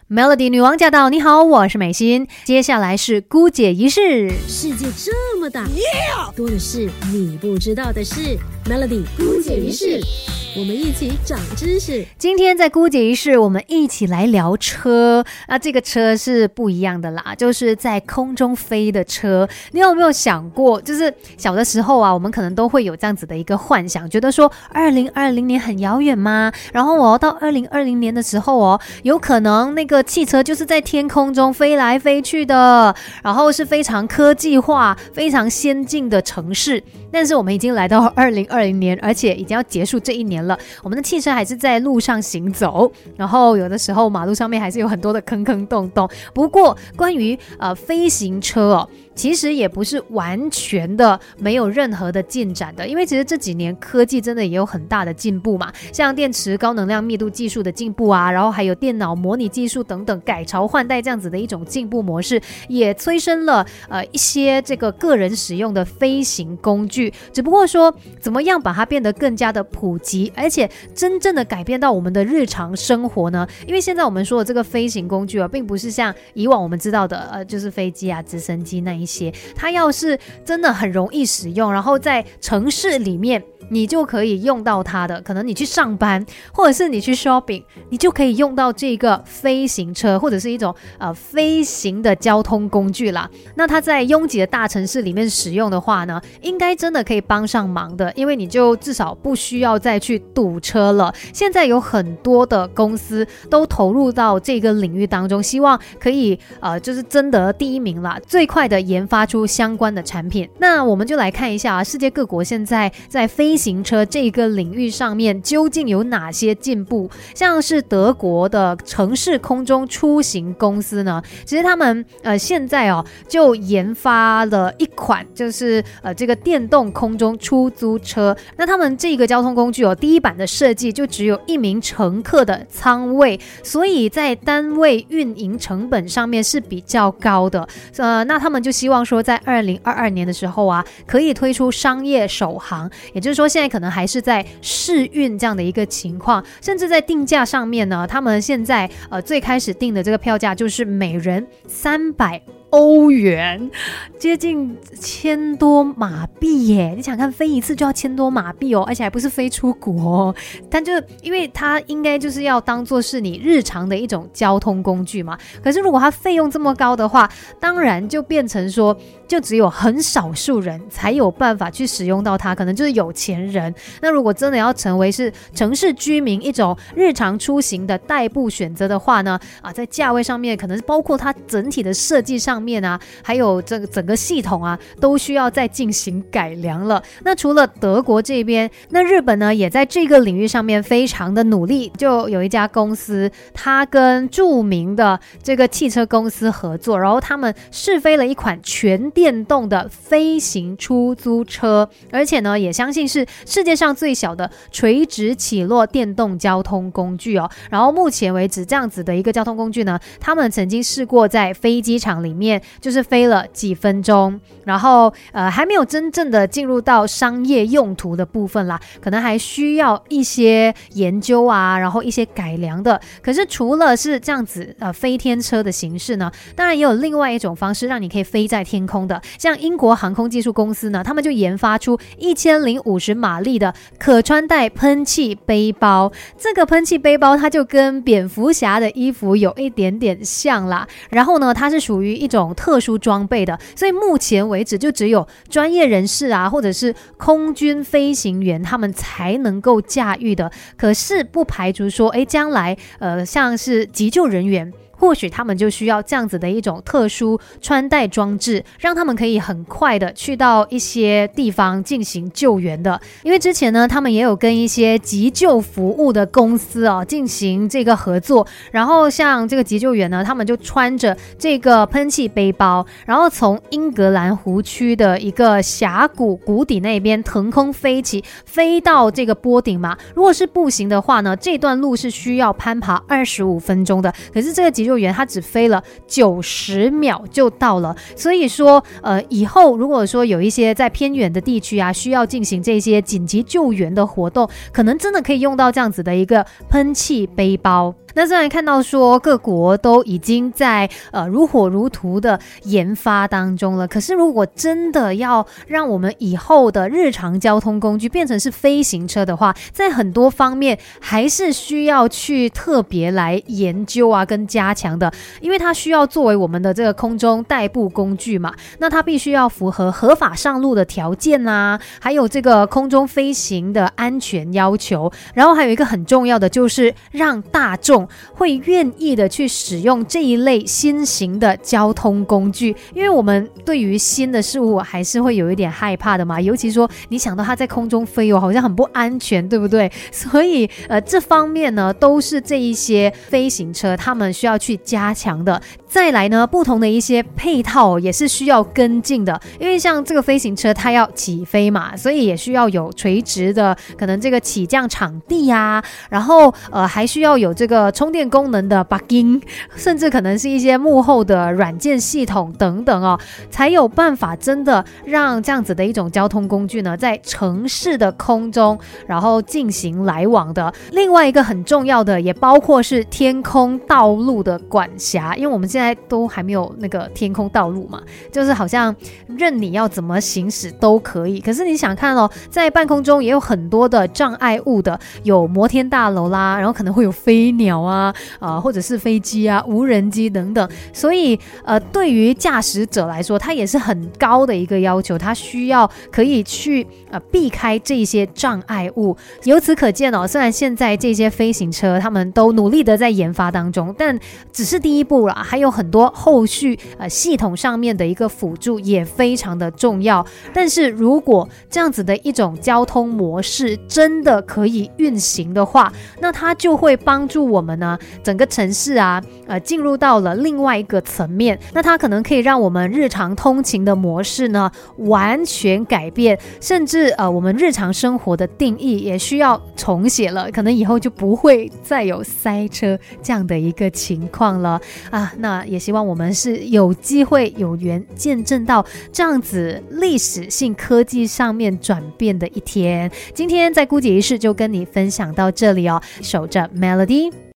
Melody 女王驾到！你好，我是美心。接下来是姑姐仪式。 世界这么大，多的是你不知道的事。Melody 姑姐仪式，我们一起长知识。 今天在姑姐仪式，我们一起来聊车。这个车是不一样的啦，就是在空中飞的车。你有没有想过，就是小的时候啊，我们可能都会有这样子的一个幻想，觉得说2020年很遥远吗？然后我要到2020年的时候哦，有可能那个汽车就是在天空中飞来飞去的，然后是非常科技化、非常先进的城市。但是我们已经来到2020年，而且已经要结束这一年了，我们的汽车还是在路上行走，然后有的时候马路上面还是有很多的坑坑洞洞。不过关于飞行车哦，其实也不是完全的没有任何的进展的，因为其实这几年科技真的也有很大的进步嘛，像电池高能量密度技术的进步啊，然后还有电脑模拟技术等等，改朝换代这样子的一种进步模式，也催生了一些这个个人使用的飞行工具。只不过说怎么样把它变得更加的普及，而且真正的改变到我们的日常生活呢？因为现在我们说的这个飞行工具啊，并不是像以往我们知道的就是飞机啊、直升机那一些，它要是真的很容易使用，然后在城市里面你就可以用到它的，可能你去上班或者是你去 shopping， 你就可以用到这个飞行车，或者是一种飞行的交通工具啦。那它在拥挤的大城市里面使用的话呢，应该真的可以帮上忙的，因为你就至少不需要再去堵车了。现在有很多的公司都投入到这个领域当中，希望可以就是争得第一名啦，最快的研发出相关的产品。那我们就来看一下世界各国现在在飞行车这个领域上面究竟有哪些进步。像是德国的城市空中出行公司呢，其实他们现在就研发了一款就是这个电动空中出租车。那他们这个交通工具第一版的设计就只有1名乘客的舱位，所以在单位运营成本上面是比较高的。那他们就希望说在2022年的时候啊，可以推出商业首航，也就是说现在可能还是在试运这样的一个情况，甚至在定价上面呢，他们现在最开始定的这个票价就是每人300欧元，接近1000多马币耶！你想看飞一次就要1000多马币而且还不是飞出国但就因为它应该就是要当做是你日常的一种交通工具嘛。可是如果它费用这么高的话，当然就变成说就只有很少数人才有办法去使用到它，可能就是有钱人。那如果真的要成为是城市居民一种日常出行的代步选择的话呢，在价位上面可能是包括它整体的设计上面啊，还有这个整个系统啊，都需要再进行改良了。那除了德国这边，那日本呢也在这个领域上面非常的努力，就有一家公司，它跟著名的这个汽车公司合作，然后他们试飞了一款全电动的飞行出租车，而且呢也相信是世界上最小的垂直起落电动交通工具然后目前为止这样子的一个交通工具呢，他们曾经试过在飞机场里面就是飞了几分钟，然后还没有真正的进入到商业用途的部分啦，可能还需要一些研究啊，然后一些改良的。可是除了是这样子飞天车的形式呢，当然也有另外一种方式让你可以飞在天空的。像英国航空技术公司呢，他们就研发出1050马力的可穿戴喷气背包。这个喷气背包它就跟蝙蝠侠的衣服有一点点像啦，然后呢它是属于一种特殊装备的，所以目前为止就只有专业人士啊，或者是空军飞行员他们才能够驾驭的。可是不排除说将来像是急救人员，或许他们就需要这样子的一种特殊穿戴装置，让他们可以很快的去到一些地方进行救援的。因为之前呢，他们也有跟一些急救服务的公司进行这个合作，然后像这个急救员呢，他们就穿着这个喷气背包，然后从英格兰湖区的一个峡谷谷底那边腾空飞起，飞到这个坡顶嘛。如果是步行的话呢，这段路是需要攀爬25分钟的，可是这个急救员他只飞了90秒就到了。所以说以后如果说有一些在偏远的地区啊，需要进行这些紧急救援的活动，可能真的可以用到这样子的一个喷气背包。 那虽然看到说各国都已经在如火如荼的研发当中了，可是如果真的要让我们以后的日常交通工具变成是飞行车的话，在很多方面还是需要去特别来研究啊跟加强的，因为它需要作为我们的这个空中代步工具嘛，那它必须要符合合法上路的条件啊，还有这个空中飞行的安全要求，然后还有一个很重要的就是让大众会愿意的去使用这一类新型的交通工具，因为我们对于新的事物还是会有一点害怕的嘛，尤其说你想到它在空中飞好像很不安全，对不对？所以这方面呢都是这一些飞行车他们需要去加强的。再来呢，不同的一些配套也是需要跟进的，因为像这个飞行车它要起飞嘛，所以也需要有垂直的可能这个起降场地啊，然后还需要有这个充电功能的 bugging， 甚至可能是一些幕后的软件系统等等哦，才有办法真的让这样子的一种交通工具呢在城市的空中然后进行来往的。另外一个很重要的也包括是天空道路的管辖，因为我们现在都还没有那个天空道路嘛，就是好像任你要怎么行驶都可以，可是你想看哦，在半空中也有很多的障碍物的，有摩天大楼啦，然后可能会有飞鸟啊，或者是飞机啊、无人机等等，所以对于驾驶者来说，它也是很高的一个要求，它需要可以去避开这些障碍物。由此可见哦，虽然现在这些飞行车他们都努力的在研发当中，但只是第一步啦，还有很多后续系统上面的一个辅助也非常的重要。但是如果这样子的一种交通模式真的可以运行的话，那它就会帮助我们呢整个城市啊进入到了另外一个层面，那它可能可以让我们日常通勤的模式呢完全改变，甚至我们日常生活的定义也需要重写了，可能以后就不会再有塞车这样的一个情况了啊。那也希望我们是有机会有缘见证到这样子历史性科技上面转变的一天。今天在姑姐仪式就跟你分享到这里哦，守着 Melody。